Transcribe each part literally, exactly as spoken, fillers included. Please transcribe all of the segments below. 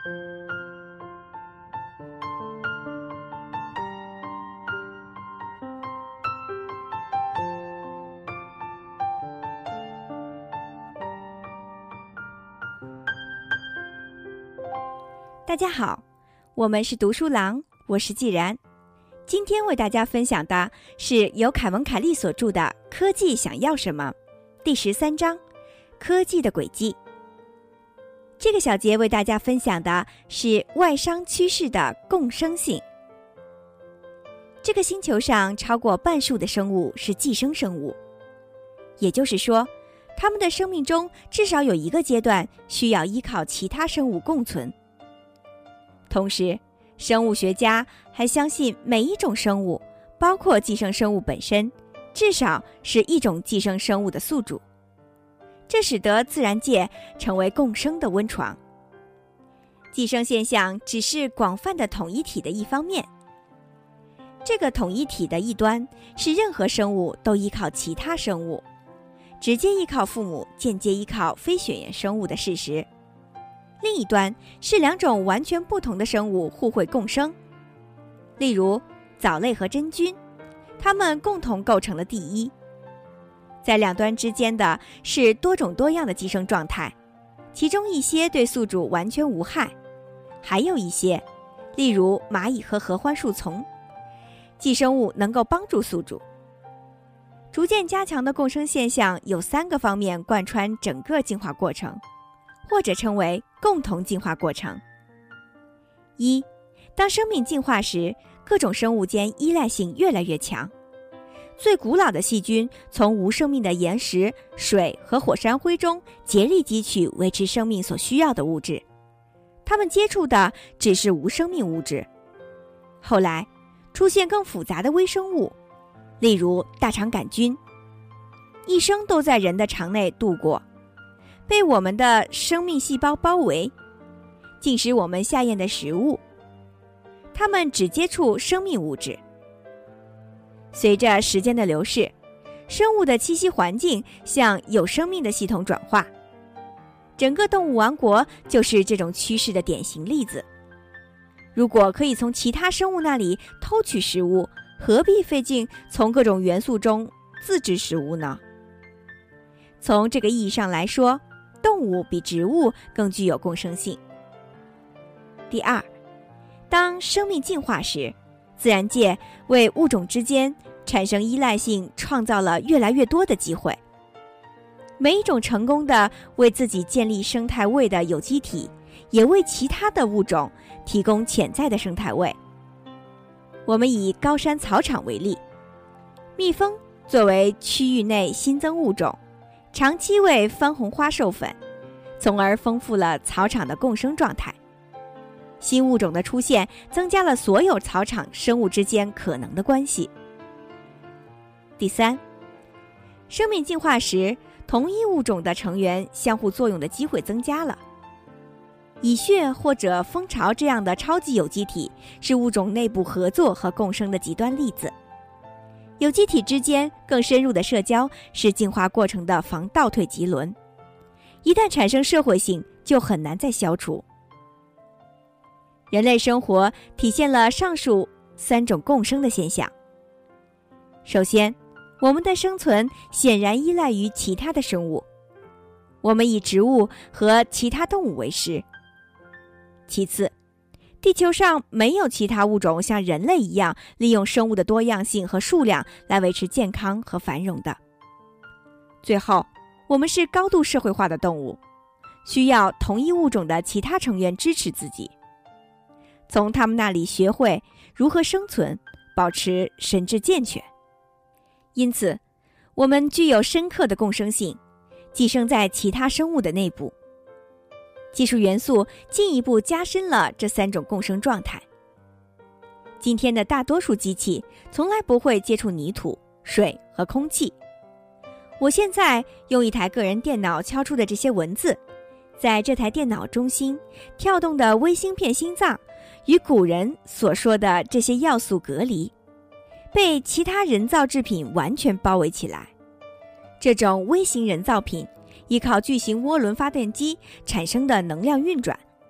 大家好，我们是读书郎，我是既然。今天为大家分享的是由凯文·凯利所著的《科技想要什么》第十三章科技的轨迹。这个小节为大家分享的是外伤趋势的共生性。这个星球上超过半数的生物是寄生生物，也就是说，它们的生命中至少有一个阶段需要依靠其他生物共存。同时，生物学家还相信每一种生物，包括寄生生物本身，至少是一种寄生生物的宿主。这使得自然界成为共生的温床。寄生现象只是广泛的统一体的一方面。这个统一体的一端是任何生物都依靠其他生物，直接依靠父母，间接依靠非血缘生物的事实。另一端是两种完全不同的生物互惠共生，例如藻类和真菌，它们共同构成了第一。在两端之间的是多种多样的寄生状态，其中一些对宿主完全无害，还有一些，例如蚂蚁和合欢树丛，寄生物能够帮助宿主。逐渐加强的共生现象有三个方面贯穿整个进化过程，或者称为共同进化过程。一，当生命进化时，各种生物间依赖性越来越强。最古老的细菌从无生命的岩石、水和火山灰中竭力汲取维持生命所需要的物质，它们接触的只是无生命物质。后来出现更复杂的微生物，例如大肠杆菌，一生都在人的肠内度过，被我们的生命细胞包围，进食我们下咽的食物。它们只接触生命物质。随着时间的流逝，生物的栖息环境向有生命的系统转化。整个动物王国就是这种趋势的典型例子。如果可以从其他生物那里偷取食物，何必费劲从各种元素中自制食物呢？从这个意义上来说，动物比植物更具有共生性。第二，当生命进化时，自然界为物种之间产生依赖性创造了越来越多的机会。每一种成功的为自己建立生态位的有机体，也为其他的物种提供潜在的生态位。我们以高山草场为例，蜜蜂作为区域内新增物种，长期为番红花授粉，从而丰富了草场的共生状态。新物种的出现增加了所有草场生物之间可能的关系。第三，生命进化时，同一物种的成员相互作用的机会增加了。蚁穴或者蜂巢这样的超级有机体是物种内部合作和共生的极端例子。有机体之间更深入的社交是进化过程的防倒退棘轮，一旦产生社会性，就很难再消除。人类生活体现了上述三种共生的现象。首先，我们的生存显然依赖于其他的生物，我们以植物和其他动物为食。其次，地球上没有其他物种像人类一样利用生物的多样性和数量来维持健康和繁荣的。最后，我们是高度社会化的动物，需要同一物种的其他成员支持自己，从他们那里学会如何生存，保持神智健全。因此，我们具有深刻的共生性，寄生在其他生物的内部。技术元素进一步加深了这三种共生状态。今天的大多数机器从来不会接触泥土、水和空气。我现在用一台个人电脑敲出的这些文字，在这台电脑中心跳动的微芯片心脏，与古人所说的这些要素隔离，被其他人造制品完全包围起来。这种微型人造品依靠巨型涡轮发电机产生的能量运转，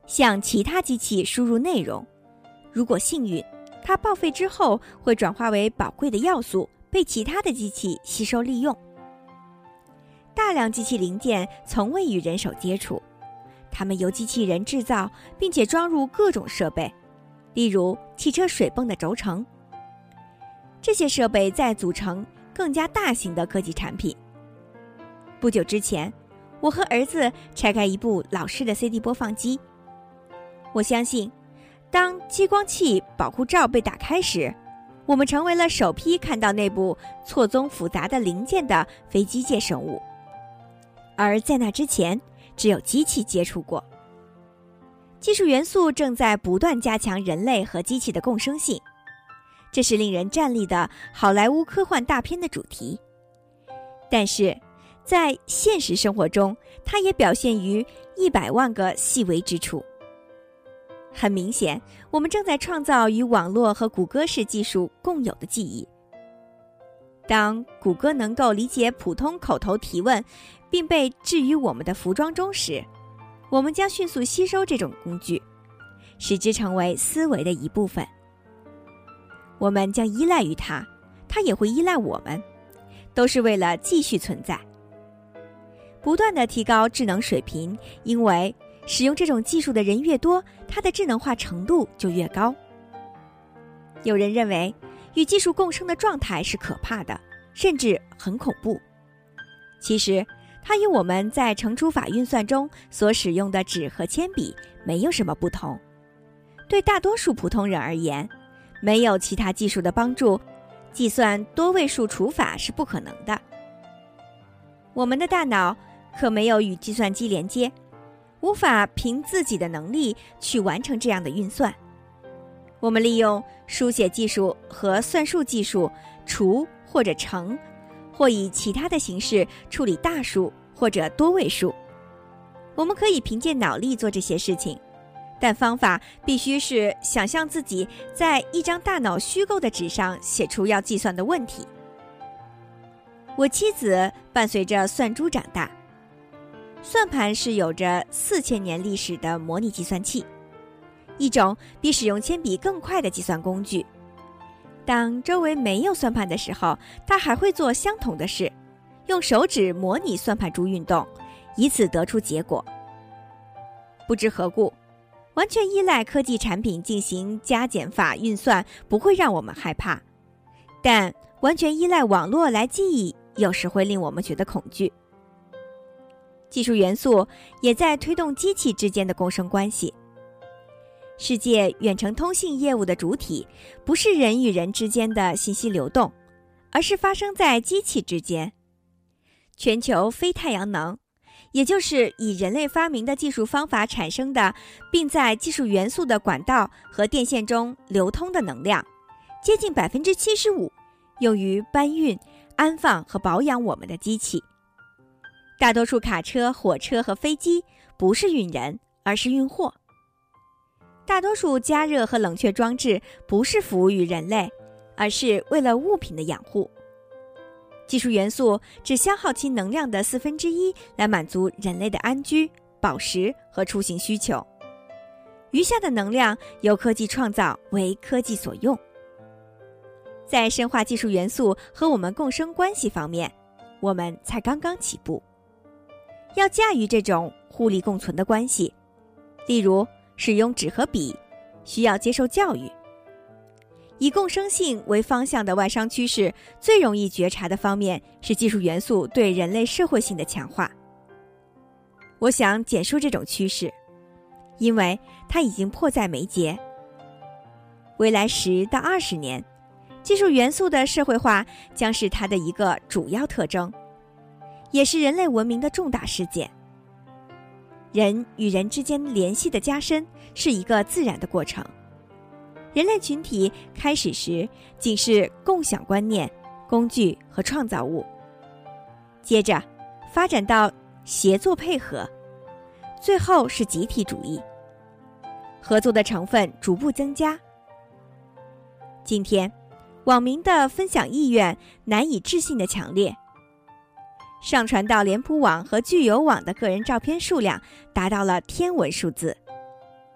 向其他机器输入内容。如果幸运，它报废之后会转化为宝贵的要素，被其他的机器吸收利用。大量机器零件从未与人手接触，它们由机器人制造，并且装入各种设备，例如汽车水泵的轴承。这些设备再组成更加大型的科技产品。不久之前，我和儿子拆开一部老式的 C D 播放机。我相信，当激光器保护罩被打开时，我们成为了首批看到内部错综复杂的零件的非机械生物。而在那之前，只有机器接触过。技术元素正在不断加强人类和机器的共生性，这是令人战栗的好莱坞科幻大片的主题。但是，在现实生活中，它也表现于一百万个细微之处。很明显，我们正在创造与网络和谷歌式技术共有的记忆。当谷歌能够理解普通口头提问，并被置于我们的服装中时，我们将迅速吸收这种工具，使之成为思维的一部分。我们将依赖于它，它也会依赖我们，都是为了继续存在。不断地提高智能水平，因为使用这种技术的人越多，它的智能化程度就越高。有人认为，与技术共生的状态是可怕的，甚至很恐怖。其实，它与我们在乘除法运算中所使用的纸和铅笔没有什么不同。对大多数普通人而言，没有其他技术的帮助，计算多位数除法是不可能的。我们的大脑可没有与计算机连接，无法凭自己的能力去完成这样的运算。我们利用书写技术和算术技术除或者乘，或以其他的形式处理大数或者多位数。我们可以凭借脑力做这些事情，但方法必须是想象自己在一张大脑虚构的纸上写出要计算的问题。我妻子伴随着算珠长大，算盘是有着四千年历史的模拟计算器，一种比使用铅笔更快的计算工具。当周围没有算盘的时候，他还会做相同的事，用手指模拟算盘珠运动，以此得出结果。不知何故，完全依赖科技产品进行加减法运算不会让我们害怕，但完全依赖网络来记忆有时会令我们觉得恐惧。技术元素也在推动机器之间的共生关系。世界远程通信业务的主体不是人与人之间的信息流动，而是发生在机器之间。全球非太阳能，也就是以人类发明的技术方法产生的，并在技术元素的管道和电线中流通的能量，接近 百分之七十五 用于搬运、安放和保养我们的机器。大多数卡车、火车和飞机不是运人，而是运货。大多数加热和冷却装置不是服务于人类，而是为了物品的养护。技术元素只消耗其能量的四分之一来满足人类的安居、饱食和出行需求，余下的能量由科技创造，为科技所用。在深化技术元素和我们共生关系方面，我们才刚刚起步。要驾驭这种互利共存的关系，例如使用纸和笔，需要接受教育。以共生性为方向的外商趋势，最容易觉察的方面是技术元素对人类社会性的强化。我想简述这种趋势，因为它已经迫在眉睫。未来十到二十年，技术元素的社会化将是它的一个主要特征，也是人类文明的重大事件。人与人之间联系的加深是一个自然的过程。人类群体开始时仅是共享观念、工具和创造物，接着发展到协作配合，最后是集体主义。合作的成分逐步增加。今天，网民的分享意愿难以置信的强烈。上传到脸谱网和聚友网的个人照片数量达到了天文数字。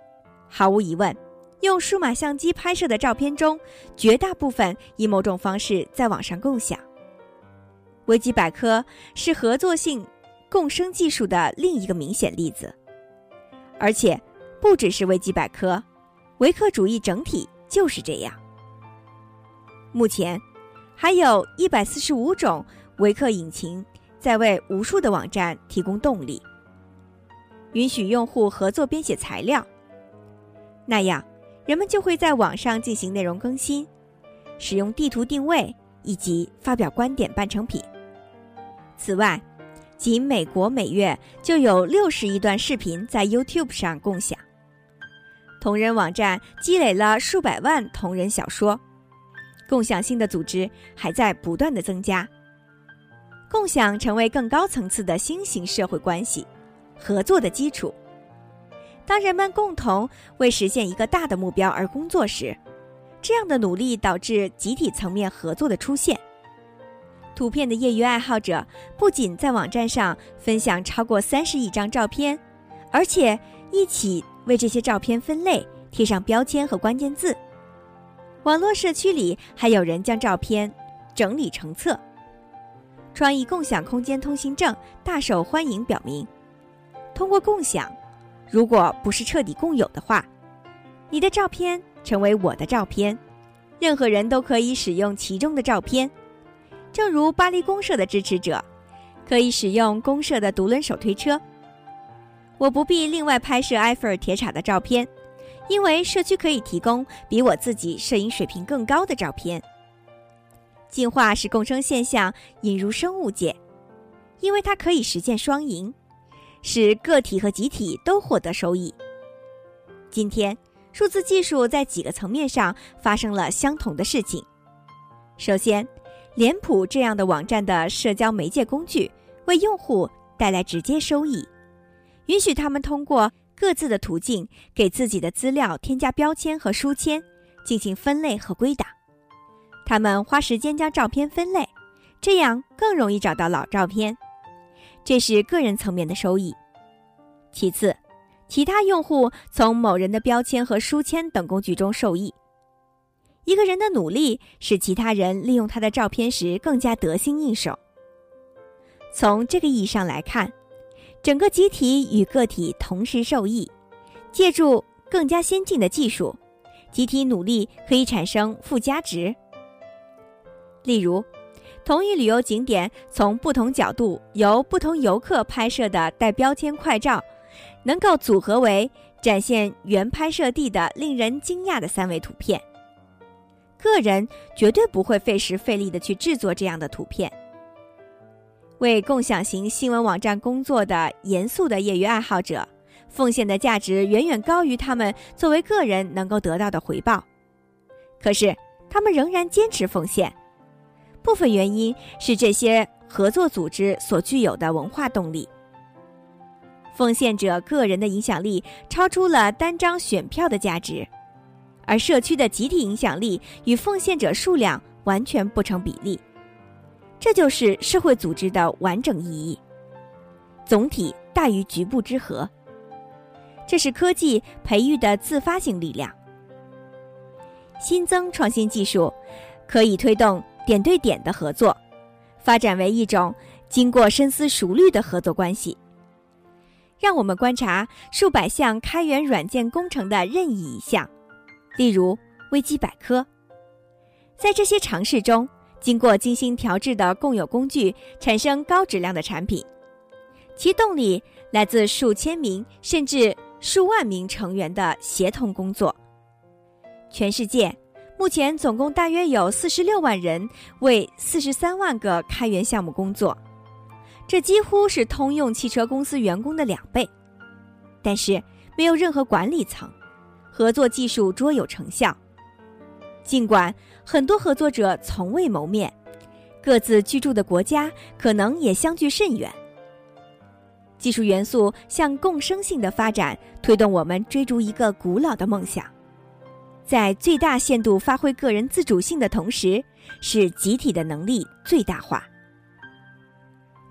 毫无疑问，用数码相机拍摄的照片中，绝大部分以某种方式在网上共享。维基百科是合作性共生技术的另一个明显例子。而且不只是维基百科，维克主义整体就是这样。目前还有一百四十五种维克引擎在为无数的网站提供动力，允许用户合作编写材料，那样人们就会在网上进行内容更新，使用地图定位以及发表观点半成品。此外，仅美国每月就有六十亿段视频在 YouTube 上共享。同人网站积累了数百万同人小说，共享性的组织还在不断的增加。共享成为更高层次的新型社会关系，合作的基础。当人们共同为实现一个大的目标而工作时，这样的努力导致集体层面合作的出现。图片的业余爱好者不仅在网站上分享超过三十亿张照片，而且一起为这些照片分类，贴上标签和关键字。网络社区里还有人将照片整理成册。创意共享空间通行证大受欢迎表明，通过共享，如果不是彻底共有的话，你的照片成为我的照片，任何人都可以使用其中的照片。正如巴黎公社的支持者可以使用公社的独轮手推车，我不必另外拍摄埃菲尔铁塔的照片，因为社区可以提供比我自己摄影水平更高的照片。进化使共生现象引入生物界，因为它可以实现双赢，使个体和集体都获得收益。今天，数字技术在几个层面上发生了相同的事情。首先，脸谱这样的网站的社交媒介工具为用户带来直接收益，允许他们通过各自的途径给自己的资料添加标签和书签，进行分类和归档。他们花时间将照片分类，这样更容易找到老照片，这是个人层面的收益。其次，其他用户从某人的标签和书签等工具中受益。一个人的努力使其他人利用他的照片时更加得心应手。从这个意义上来看，整个集体与个体同时受益，借助更加先进的技术，集体努力可以产生附加值。例如，同一旅游景点从不同角度由不同游客拍摄的带标签快照，能够组合为展现原拍摄地的令人惊讶的三维图片。个人绝对不会费时费力地去制作这样的图片。为共享型新闻网站工作的严肃的业余爱好者，奉献的价值远远高于他们作为个人能够得到的回报。可是，他们仍然坚持奉献。部分原因是这些合作组织所具有的文化动力。奉献者个人的影响力超出了单张选票的价值，而社区的集体影响力与奉献者数量完全不成比例。这就是社会组织的完整意义，总体大于局部之和。这是科技培育的自发性力量。新增创新技术可以推动点对点的合作，发展为一种经过深思熟虑的合作关系。让我们观察数百项开源软件工程的任意一项，例如维基百科。在这些尝试中，经过精心调制的共有工具产生高质量的产品，其动力来自数千名甚至数万名成员的协同工作。全世界目前总共大约有四十六万人为四十三万个开源项目工作，这几乎是通用汽车公司员工的两倍。但是没有任何管理层，合作技术卓有成效。尽管很多合作者从未谋面，各自居住的国家可能也相距甚远。技术元素向共生性的发展推动我们追逐一个古老的梦想，在最大限度发挥个人自主性的同时，使集体的能力最大化。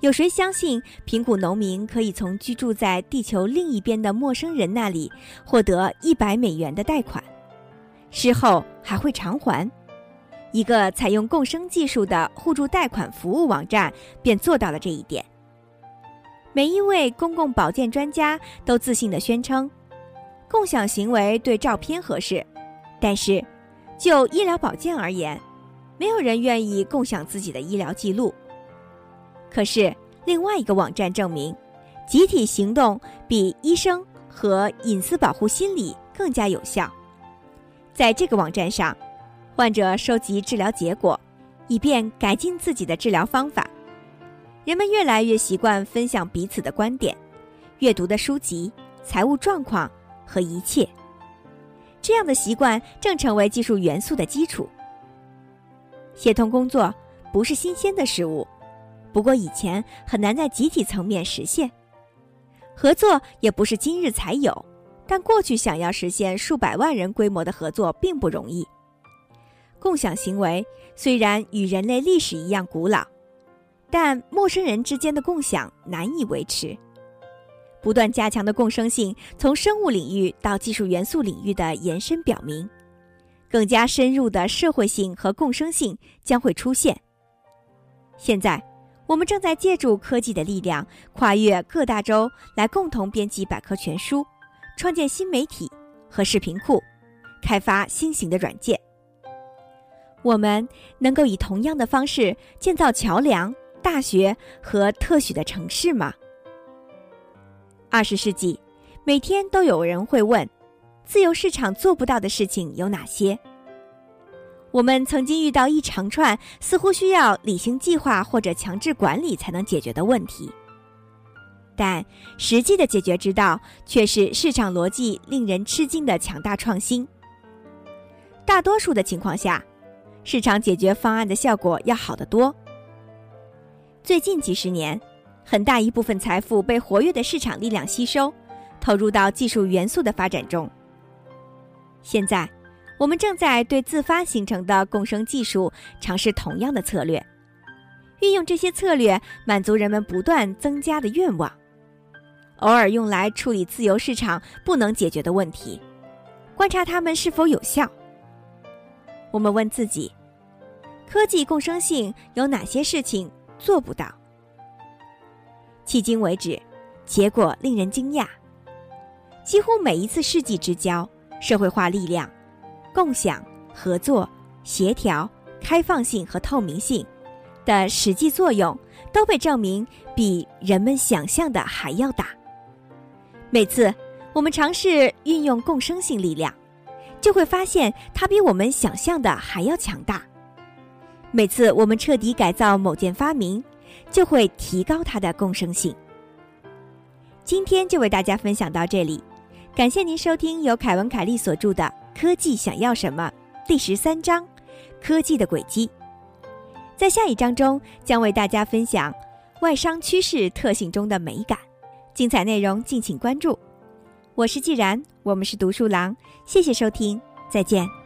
有谁相信贫苦农民可以从居住在地球另一边的陌生人那里获得一百美元的贷款，事后还会偿还？一个采用共生技术的互助贷款服务网站便做到了这一点。每一位公共保健专家都自信地宣称，共享行为对照片合适，但是就医疗保健而言，没有人愿意共享自己的医疗记录。可是另外一个网站证明，集体行动比医生和隐私保护心理更加有效。在这个网站上，患者收集治疗结果，以便改进自己的治疗方法。人们越来越习惯分享彼此的观点、阅读的书籍、财务状况和一切。这样的习惯正成为技术元素的基础。协同工作不是新鲜的事物，不过以前很难在集体层面实现。合作也不是今日才有，但过去想要实现数百万人规模的合作并不容易。共享行为虽然与人类历史一样古老，但陌生人之间的共享难以维持。不断加强的共生性从生物领域到技术元素领域的延伸表明，更加深入的社会性和共生性将会出现。现在我们正在借助科技的力量，跨越各大洲来共同编辑百科全书，创建新媒体和视频库，开发新型的软件。我们能够以同样的方式建造桥梁、大学和特许的城市吗？二十世纪，每天都有人会问，自由市场做不到的事情有哪些？我们曾经遇到一长串似乎需要理性计划或者强制管理才能解决的问题，但实际的解决之道却是市场逻辑令人吃惊的强大创新。大多数的情况下，市场解决方案的效果要好得多。最近几十年，很大一部分财富被活跃的市场力量吸收，投入到技术元素的发展中。现在，我们正在对自发形成的共生技术尝试同样的策略，运用这些策略满足人们不断增加的愿望，偶尔用来处理自由市场不能解决的问题，观察它们是否有效。我们问自己，科技共生性有哪些事情做不到？迄今为止，结果令人惊讶。几乎每一次世纪之交，社会化力量、共享、合作、协调、开放性和透明性的实际作用都被证明比人们想象的还要大。每次我们尝试运用共生性力量，就会发现它比我们想象的还要强大。每次我们彻底改造某件发明，就会提高它的共生性。今天就为大家分享到这里，感谢您收听由凯文·凯利所著的《科技想要什么》第十三章科技的轨迹。在下一章中将为大家分享外商趋势特性中的美感，精彩内容敬请关注。我是既然，我们是读书郎，谢谢收听，再见。